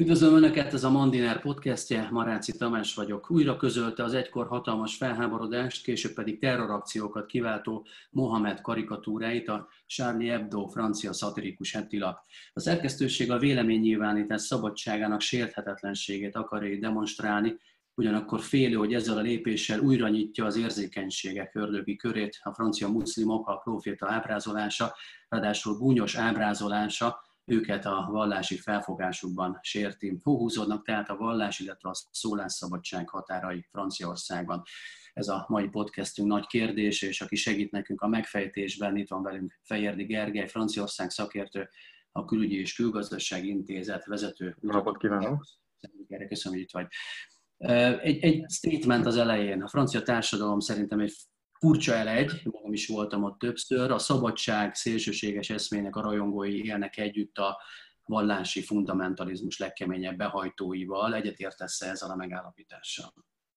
Üdvözlöm Önöket, ez a Mandiner podcastje, Maráci Tamás vagyok. Újra közölte az egykor hatalmas felháborodást, később pedig terrorakciókat kiváltó Mohamed karikatúráit a Charlie Hebdo francia szatirikus hetilap. A szerkesztőség a véleménynyilvánítás szabadságának sérthetetlenségét akarja demonstrálni, ugyanakkor félő, hogy ezzel a lépéssel újra nyitja az érzékenységek ördögi körét, a francia muszlimok, a próféta ábrázolása, ráadásul gúnyos ábrázolása, őket a vallási felfogásukban sérti. Húzódnak tehát a vallás, illetve a szólásszabadság határai Franciaországban. Ez a mai podcastünk nagy kérdés, és aki segít nekünk a megfejtésben, itt van velünk Fejérdi Gergely, Franciaország szakértő, a Külügyi és Külgazdasági Intézet vezető. Napot kívánok! Köszönöm, hogy itt vagy. Egy statement az elején. A francia társadalom szerintem egy furcsa elegy, magam is voltam ott többször, a szabadság szélsőséges eszmének a rajongói élnek együtt a vallási fundamentalizmus legkeményebb behajtóival. Egyetértesz-e ezzel a megállapítással?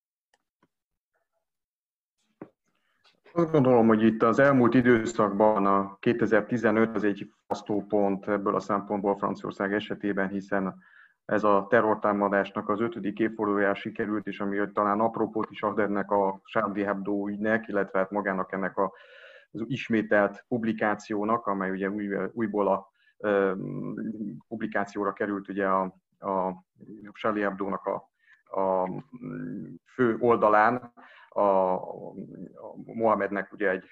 Azt gondolom, hogy itt az elmúlt időszakban a 2015 az egy fasztópont ebből a szempontból Franciaország esetében, hiszen ez a terrortámadásnak az 5. évfordulójára sikerült, és ami talán apropót is ad ennek a Charlie Hebdo ügynek, illetve hát magának ennek az ismételt publikációnak, amely ugye újból a publikációra került ugye a Charlie Hebdo-nak a fő oldalán, a Mohamednek ugye egy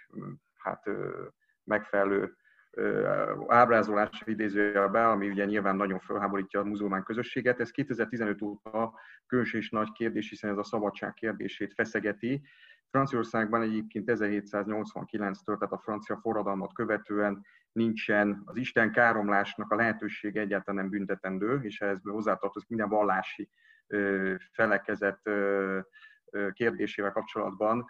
megfelelő ábrázolás idézőjelben, ami ugye nyilván nagyon felháborítja a muzulmán közösséget. Ez 2015 óta különös és nagy kérdés, hiszen ez a szabadság kérdését feszegeti. Franciaországban egyébként 1789-től, tehát a francia forradalmat követően nincsen az Isten káromlásnak a lehetősége egyáltalán nem büntetendő, és ehhez hozzátartozik minden vallási felekezet kérdésével kapcsolatban.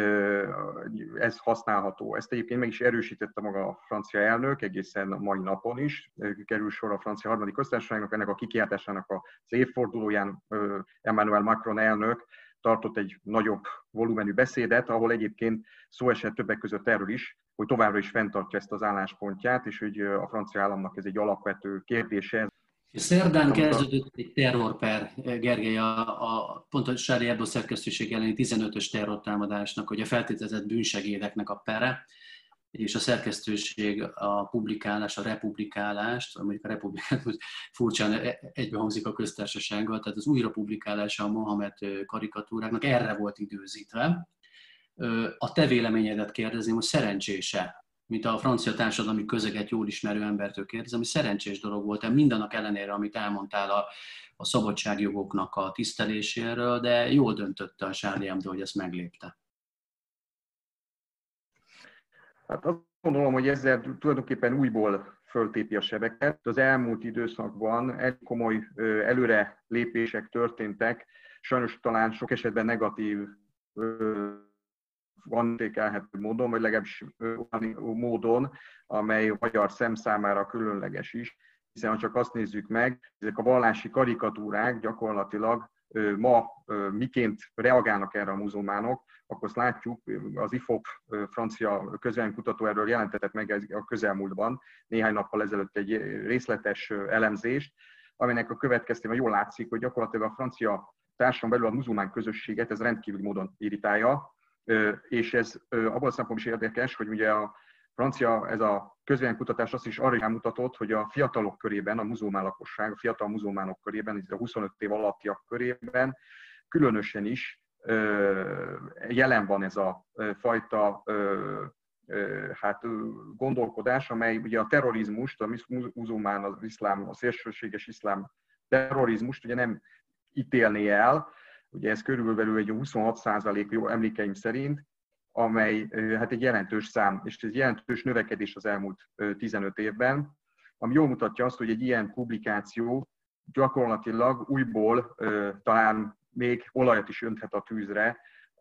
Ez használható. Ezt egyébként meg is erősítette maga a francia elnök, egészen a mai napon is. Kerül sor a francia harmadik köztársaságnak, ennek a kikiáltásának az évfordulóján Emmanuel Macron elnök tartott egy nagyobb volumenű beszédet, ahol egyébként szó esett többek között erről is, hogy továbbra is fenntartja ezt az álláspontját, és hogy a francia államnak ez egy alapvető kérdése. Szerdán kezdődött egy terrorper, Gergely, pont a Charlie Hebdo szerkesztőség elleni 15-ös terrortámadásnak, hogy a feltételezett bűnsegédeknek a pere, és a szerkesztőség a republikálást, mondjuk a republikát furcsán egybehangzik a köztársasággal, tehát az újrapublikálása a Mohamed karikatúráknak erre volt időzítve. A te véleményedet kérdezném, hogy szerencsés-e, mint a francia társadalmi közeget jól ismerő embertől kérdezem, hogy szerencsés dolog volt-e mindannak ellenére, amit elmondtál a szabadságjogoknak a tiszteléséről, de jól döntötte a Charlie Hebdo, hogy ezt meglépte. Hát azt gondolom, hogy ezzel tulajdonképpen újból föltépi a sebeket. Az elmúlt időszakban elég komoly előre lépések történtek, sajnos talán sok esetben negatív értékelhető módon, vagy legalábbis módon, amely a magyar szem számára különleges is, hiszen ha csak azt nézzük meg, ezek a vallási karikatúrák gyakorlatilag ma miként reagálnak erre a muzulmánok, akkor azt látjuk, az IFOP francia közvéleménykutató erről jelentetett meg a közelmúltban, néhány nappal ezelőtt egy részletes elemzést, aminek a következtében jól látszik, hogy gyakorlatilag a francia társadalom belül a muzulmán közösséget ez rendkívül módon irritálja, és ez abban a szempontból is érdekes, hogy ugye a francia, ez a közvéleménykutatás azt is arra rámutatott, hogy a fiatalok körében, a muzulmán lakosság, a fiatal muzulmánok körében, ez a 25 év alattiak körében különösen is jelen van ez a fajta gondolkodás, amely ugye a terrorizmust, a muzulmán, az iszlám, a szélsőséges iszlám terrorizmust ugye nem ítélné el, ugye ez körülbelül egy 26% jó emlékeim szerint, amely hát egy jelentős szám, és egy jelentős növekedés az elmúlt 15 évben, ami jól mutatja azt, hogy egy ilyen publikáció gyakorlatilag újból talán még olajat is önthet a tűzre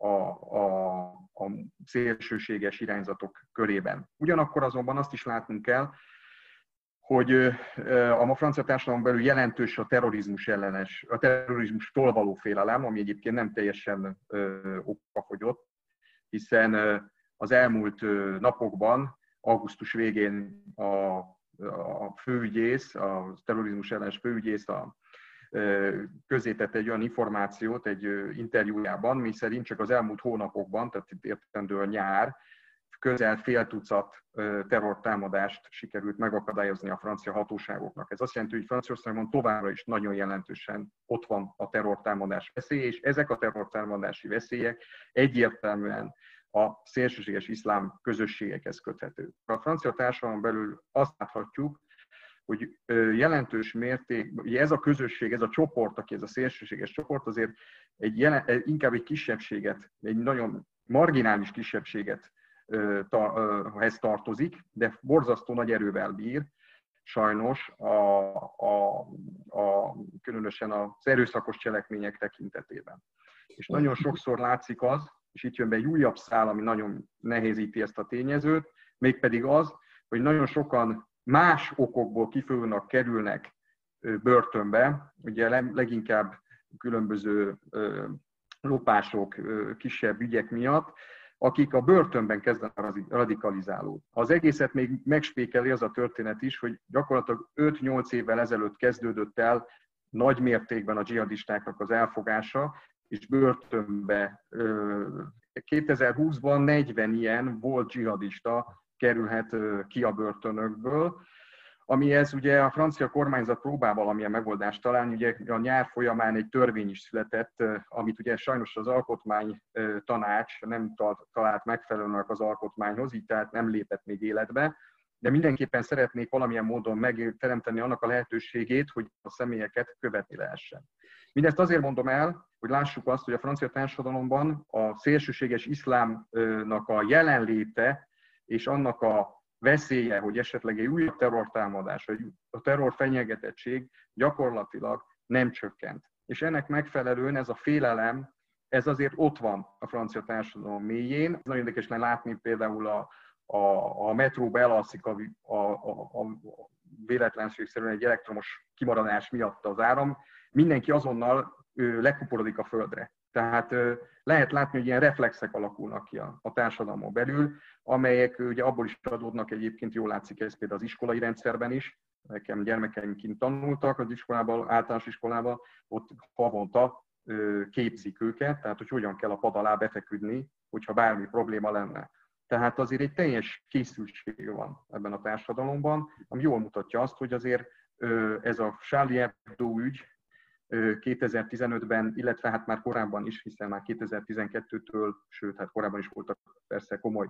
a szélsőséges irányzatok körében. Ugyanakkor azonban azt is látnunk kell, hogy a francia társadalom belül jelentős a terrorizmus ellenes, a terrorizmustól való félelem, ami egyébként nem teljesen okafogyott, hiszen az elmúlt napokban, augusztus végén a főügyész, a terrorizmus ellenes főügyész, a közzétett egy olyan információt egy interjújában, mi szerint csak az elmúlt hónapokban, tehát itt értendő a nyár, közel fél tucat terrortámadást sikerült megakadályozni a francia hatóságoknak. Ez azt jelenti, hogy Franciaországban továbbra is nagyon jelentősen ott van a terrortámadás veszélye, és ezek a terrortámadási veszélyek egyértelműen a szélsőséges iszlám közösségekhez köthető. A francia társadalom belül azt láthatjuk, hogy jelentős mértékben, ez a közösség, ez a csoport, aki ez a szélsőséges csoport, azért inkább egy kisebbséget, egy nagyon marginális kisebbséget hez tartozik, de borzasztó nagy erővel bír, sajnos különösen az erőszakos cselekmények tekintetében. És nagyon sokszor látszik az, és itt jön be egy újabb szál, ami nagyon nehézíti ezt a tényezőt, mégpedig az, hogy nagyon sokan más okokból kifolyólag kerülnek börtönbe, ugye leginkább különböző lopások, kisebb ügyek miatt, akik a börtönben kezdenek radikalizálódni. Az egészet még megspékeli az a történet is, hogy gyakorlatilag 5-8 évvel ezelőtt kezdődött el nagy mértékben a dzsihadistáknak az elfogása, és börtönbe 2020-ban 40 ilyen volt dzsihadista kerülhet ki a börtönökből, amihez ugye a francia kormányzat próbál valamilyen megoldást találni. Ugye a nyár folyamán egy törvény is született, amit ugye sajnos az alkotmánytanács nem talált megfelelőnek az alkotmányhoz, így tehát nem lépett még életbe, de mindenképpen szeretnék valamilyen módon megteremteni annak a lehetőségét, hogy a személyeket követni lehessen. Mindezt azért mondom el, hogy lássuk azt, hogy a francia társadalomban a szélsőséges iszlámnak a jelenléte és annak a veszélye, hogy esetleg egy újabb terrortámadás, vagy a terrorfenyegetettség gyakorlatilag nem csökkent. És ennek megfelelően ez a félelem, ez azért ott van a francia társadalom mélyén. Nagyon érdekes látni például a metróba elalszik a véletlenségszerűen egy elektromos kimaradás miatt az áram, mindenki azonnal lekuporodik a földre. Tehát lehet látni, hogy ilyen reflexek alakulnak ki a társadalmon belül, amelyek ugye abból is adódnak, egyébként jól látszik ez például az iskolai rendszerben is. Nekem gyermekeim kint tanultak az iskolában, általános iskolában, ott havonta képzik őket, tehát hogy hogyan kell a pad alá befeküdni, hogyha bármi probléma lenne. Tehát azért egy teljes készültség van ebben a társadalomban, ami jól mutatja azt, hogy azért ez a Charlie Hebdo ügy 2015-ben, illetve hát már korábban is, hiszen már 2012-től, sőt, hát korábban is voltak persze komoly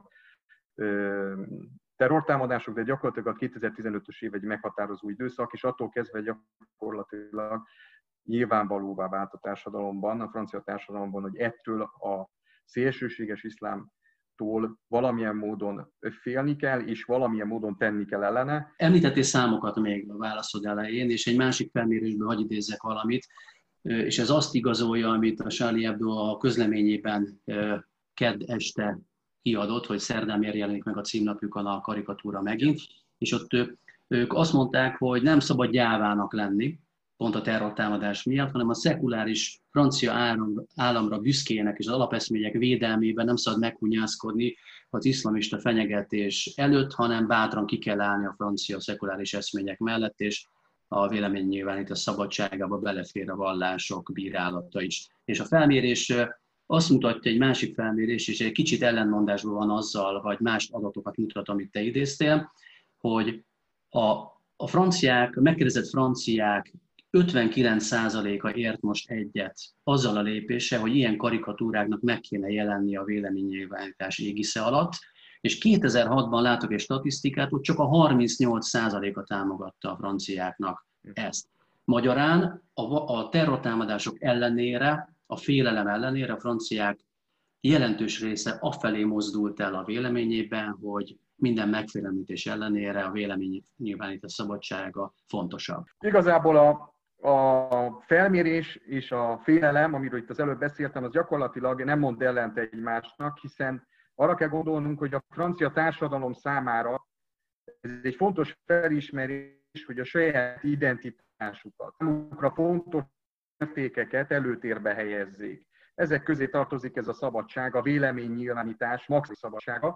terrortámadások, de gyakorlatilag a 2015-ös év egy meghatározó időszak, és attól kezdve gyakorlatilag nyilvánvalóvá vált a társadalomban, a francia társadalomban, hogy ettől a szélsőséges iszlámtól valamilyen módon félni kell, és valamilyen módon tenni kell ellene. Említettél számokat még a válaszod elején, és egy másik felmérésből hadd idézzek valamit, és ez azt igazolja, amit a Charlie Hebdo a közleményében kedd este kiadott, hogy szerdán miért jelenik meg a címlapjukon a karikatúra megint, és ott ők azt mondták, hogy nem szabad gyávának lenni, pont a terrortámadás miatt, hanem a szekuláris francia államra büszkének és az alapeszmények védelmében nem szabad meghunyászkodni az iszlamista fenyegetés előtt, hanem bátran ki kell állni a francia szekuláris eszmények mellett, és a véleménynyilvánítás szabadságába belefér a vallások bírálata is. És a felmérés azt mutatja, egy másik felmérés, és egy kicsit ellentmondásban van azzal, vagy más adatokat mutat, amit te idéztél, hogy a franciák, a megkérdezett franciák 59%-a ért most egyet azzal a lépéssel, hogy ilyen karikatúráknak meg kéne jelenni a véleménynyilvánítás égisze alatt, és 2006-ban látok egy statisztikát, hogy csak a 38%-a támogatta a franciáknak ezt. Magyarán a terrortámadások ellenére, a félelem ellenére a franciák jelentős része afelé mozdult el a véleményében, hogy minden megfélemlítés ellenére a véleménynyilvánítás szabadsága fontosabb. Igazából a felmérés és a félelem, amiről itt az előbb beszéltem, az gyakorlatilag nem mond ellent egymásnak, hiszen arra kell gondolnunk, hogy a francia társadalom számára ez egy fontos felismerés, hogy a saját identitásukat, számukra fontos értékeket előtérbe helyezzék. Ezek közé tartozik ez a szabadság, a véleménynyilvánítás maximális szabadsága.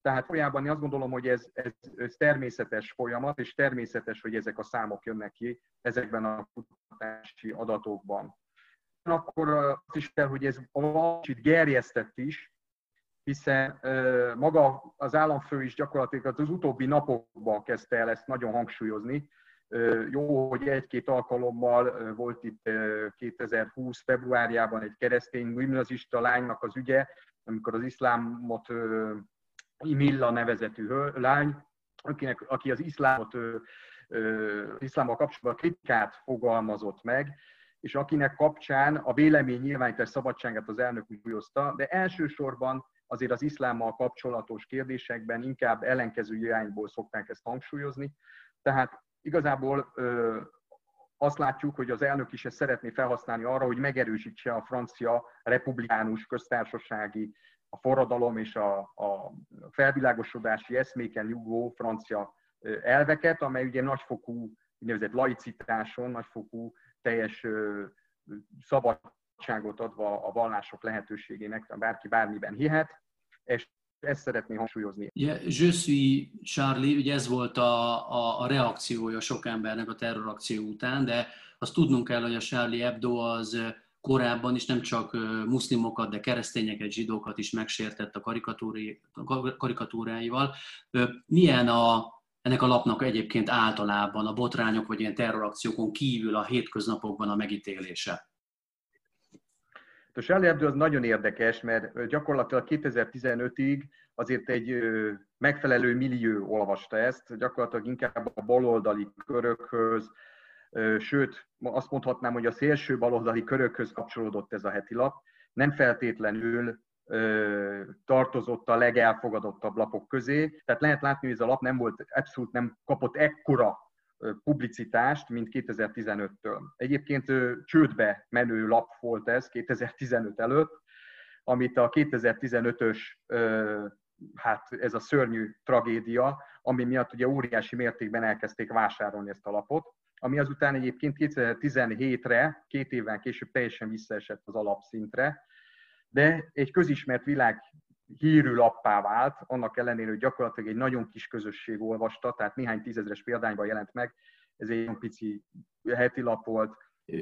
Tehát folyamában én azt gondolom, hogy ez természetes folyamat, és természetes, hogy ezek a számok jönnek ki ezekben a kutatási adatokban. Akkor azt is kell, hogy ez kicsit gerjesztett is, hiszen maga az államfő is gyakorlatilag az utóbbi napokban kezdte el ezt nagyon hangsúlyozni. Jó, hogy egy-két alkalommal volt itt 2020. februárjában egy keresztény gimnazista lánynak az ügye, amikor az iszlámot Milla nevezetű lány, aki az iszlámmal kapcsolatban kritikát fogalmazott meg, és akinek kapcsán a vélemény nyilvánítás szabadságát az elnök úgy súlyozta, de elsősorban azért az iszlámmal kapcsolatos kérdésekben inkább ellenkező irányból szokták ezt hangsúlyozni. Tehát igazából azt látjuk, hogy az elnök is ezt szeretné felhasználni arra, hogy megerősítse a francia republikánus köztársasági, a forradalom és a felvilágosodási eszméken nyugvó francia elveket, amely ugye nagyfokú úgynevezett laicitáson, nagyfokú teljes szabadságot adva a vallások lehetőségének, bárki bármiben hihet, és ezt szeretné hangsúlyozni. Je suis Charlie, ugye ez volt a reakciója sok embernek a terrorakció után, de azt tudnunk kell, hogy a Charlie Hebdo az korábban is nem csak muszlimokat, de keresztényeket, zsidókat is megsértett a karikatúráival. Milyen ennek a lapnak egyébként általában a botrányok vagy ilyen terrorakciókon kívül a hétköznapokban a megítélése? A Charlie Hebdo az nagyon érdekes, mert gyakorlatilag 2015-ig azért egy megfelelő millió olvasta ezt, gyakorlatilag inkább a baloldali körökhöz, sőt, azt mondhatnám, hogy a szélső baloldali körökhöz kapcsolódott ez a hetilap. Nem feltétlenül tartozott a legelfogadottabb lapok közé. Tehát lehet látni, hogy ez a lap abszolút nem kapott ekkora publicitást, mint 2015-től. Egyébként csődbe menő lap volt ez 2015 előtt, amit a 2015-ös, hát ez a szörnyű tragédia, ami miatt ugye óriási mértékben elkezdték vásárolni ezt a lapot, ami azután egyébként 2017-re, 2 évvel később teljesen visszaesett az alapszintre, de egy közismert világ hírű lappá vált, annak ellenére, hogy gyakorlatilag egy nagyon kis közösség olvasta, tehát néhány tízezres példányban jelent meg, ez egy nagyon pici heti lap volt.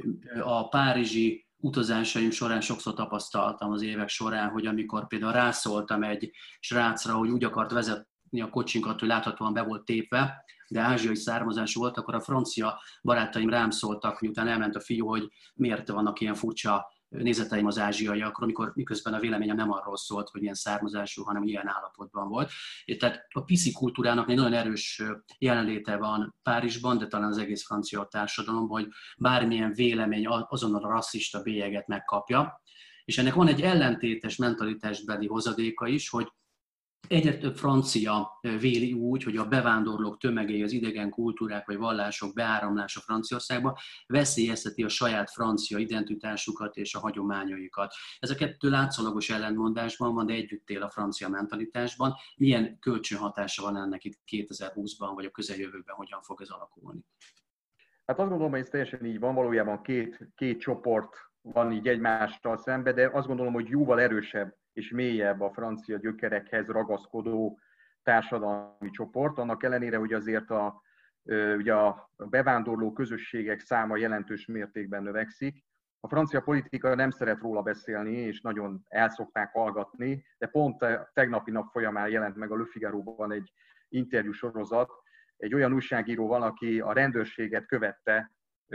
A párizsi utazásaim során sokszor tapasztaltam az évek során, hogy amikor például rászóltam egy srácra, hogy úgy akart vezetni a kocsinkat, hogy láthatóan be volt tépve, de ázsiai származású volt, akkor a francia barátaim rám szóltak, miután elment a fiú, hogy miért vannak ilyen furcsa nézeteim az ázsiaiakról, miközben a véleményem nem arról szólt, hogy ilyen származású, hanem ilyen állapotban volt. Tehát a piszi kultúrának egy nagyon erős jelenléte van Párizsban, de talán az egész francia társadalomban, hogy bármilyen vélemény azonnal a rasszista bélyeget megkapja. És ennek van egy ellentétes mentalitásbeli hozadéka is, hogy egyre több francia véli úgy, hogy a bevándorlók tömegei, az idegen kultúrák vagy vallások beáramlása Franciaországba veszélyezteti a saját francia identitásukat és a hagyományaikat. Ez a kettő látszólagos ellentmondásban van, de együtt él a francia mentalitásban. Milyen kölcsönhatása van ennek itt 2020-ban, vagy a közeljövőben, hogyan fog ez alakulni? Hát azt gondolom, hogy ez teljesen így van, valójában két csoport van így egymással szemben, de azt gondolom, hogy jóval erősebb és mélyebb a francia gyökerekhez ragaszkodó társadalmi csoport, annak ellenére, hogy azért ugye a bevándorló közösségek száma jelentős mértékben növekszik. A francia politika nem szeret róla beszélni, és nagyon el szokták hallgatni, de pont tegnapi nap folyamán jelent meg a Le Figaro-ban egy interjú sorozat, egy olyan újságíróval, aki a rendőrséget követte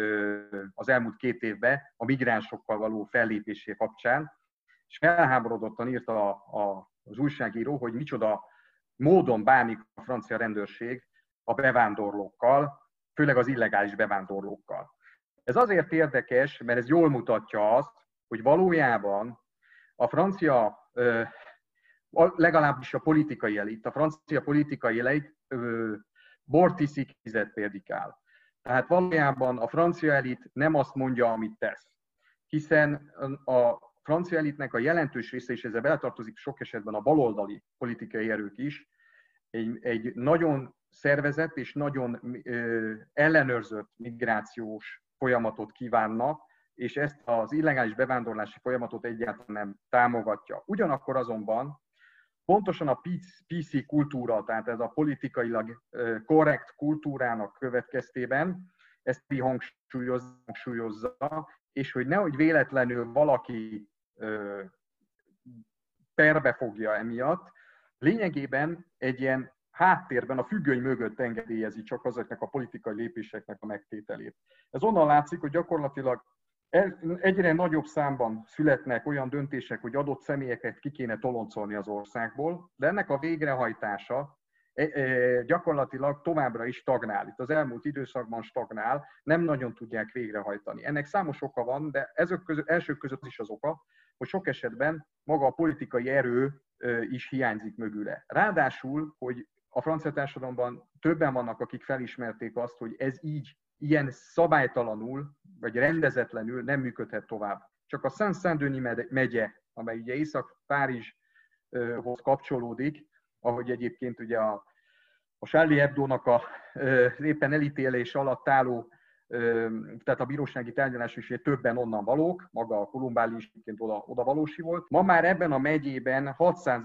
az elmúlt 2 évben a migránsokkal való fellépésé kapcsán, és felháborodottan írta az újságíró, hogy micsoda módon bánik a francia rendőrség a bevándorlókkal, főleg az illegális bevándorlókkal. Ez azért érdekes, mert ez jól mutatja azt, hogy valójában a francia, legalábbis a politikai elit, a francia politikai elit bort iszik, vizet prédikál. Tehát valójában a francia elit nem azt mondja, amit tesz. Hiszen a francia elitnek a jelentős része, és ezzel beletartozik sok esetben a baloldali politikai erők is, egy nagyon szervezett és nagyon ellenőrzött migrációs folyamatot kívánna, és ezt az illegális bevándorlási folyamatot egyáltalán nem támogatja. Ugyanakkor azonban pontosan a PC kultúra, tehát ez a politikailag korrekt kultúrának következtében ezt hangsúlyozza, és hogy nehogy véletlenül valaki perbe fogja emiatt, lényegében egy ilyen háttérben a függöny mögött engedélyezi csak azoknak a politikai lépéseknek a megtételét. Ez onnan látszik, hogy gyakorlatilag egyre nagyobb számban születnek olyan döntések, hogy adott személyeket ki kéne toloncolni az országból, de ennek a végrehajtása gyakorlatilag továbbra is stagnál. Itt az elmúlt időszakban stagnál, nem nagyon tudják végrehajtani. Ennek számos oka van, de elsők között is az oka, hogy sok esetben maga a politikai erő is hiányzik mögüle. Ráadásul, hogy a francia társadalomban többen vannak, akik felismerték azt, hogy ez így, ilyen szabálytalanul, vagy rendezetlenül nem működhet tovább. Csak a Saint-Denis megye, amely ugye Észak-Párizshoz kapcsolódik, ahogy egyébként ugye a Charlie Hebdo-nak éppen elítélés alatt álló, tehát a bírósági tárgyalás is többen onnan valók, maga a Columbine is oda valósi volt. Ma már ebben a megyében 600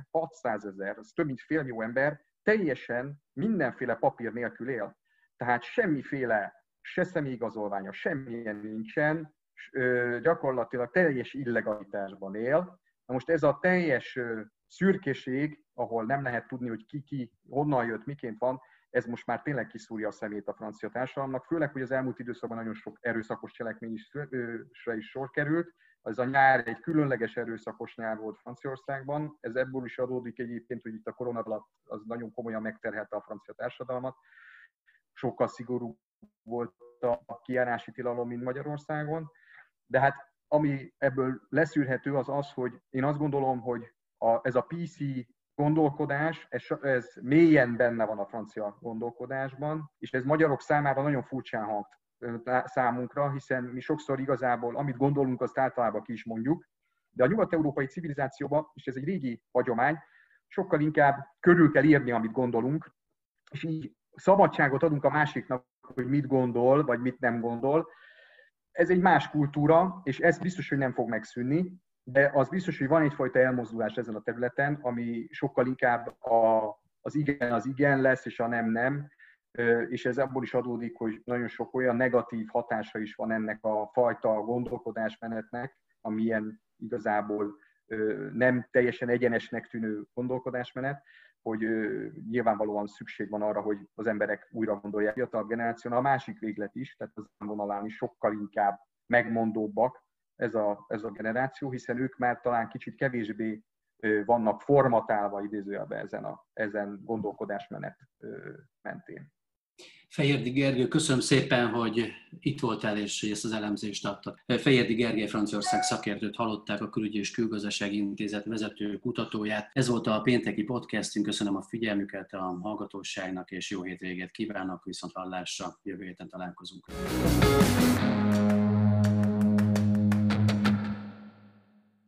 000, ez több mint 500 000 ember teljesen mindenféle papír nélkül él. Tehát semmiféle, se személyigazolványa, semmilyen nincsen, gyakorlatilag teljes illegalitásban él. Na most ez a teljes szürkéség, ahol nem lehet tudni, hogy ki honnan jött, miként van, ez most már tényleg kiszúrja a szemét a francia társadalomnak, főleg, hogy az elmúlt időszakban nagyon sok erőszakos cselekményre is sor került. Ez a nyár egy különleges erőszakos nyár volt Franciaországban. Ez ebből is adódik egyébként, hogy itt a korona alatt az nagyon komolyan megterhelte a francia társadalmat. Sokkal szigorúbb volt a kijárási tilalom, mint Magyarországon. De hát ami ebből leszűrhető az az, hogy én azt gondolom, hogy ez a PC gondolkodás, ez mélyen benne van a francia gondolkodásban, és ez magyarok számára nagyon furcsán hat számunkra, hiszen mi sokszor igazából, amit gondolunk, azt általában ki is mondjuk, de a nyugat-európai civilizációban, és ez egy régi hagyomány, sokkal inkább körül kell írni, amit gondolunk, és így szabadságot adunk a másiknak, hogy mit gondol, vagy mit nem gondol. Ez egy más kultúra, és ez biztos, hogy nem fog megszűnni, de az biztos, hogy van egyfajta elmozdulás ezen a területen, ami sokkal inkább az igen lesz, és a nem, és ez abból is adódik, hogy nagyon sok olyan negatív hatása is van ennek a fajta gondolkodásmenetnek, amilyen igazából nem teljesen egyenesnek tűnő gondolkodásmenet, hogy nyilvánvalóan szükség van arra, hogy az emberek újra gondolják. A fiatal generáció, a másik véglet is, tehát az vonalán is sokkal inkább megmondóbbak ez a generáció, hiszen ők már talán kicsit kevésbé vannak formatálva idézőjelben ezen gondolkodásmenet mentén. Fejérdi Gergő, köszönöm szépen, hogy itt voltál és hogy ezt az elemzést adtad. Fejérdi Gergely Franciaország szakértőt hallották, a Külügyi és Külgazdasági Intézet vezető kutatóját. Ez volt a pénteki podcastünk, köszönöm a figyelmüket a hallgatóságnak, és jó hétvégét kívánok, viszonthallásra, jövő héten találkozunk.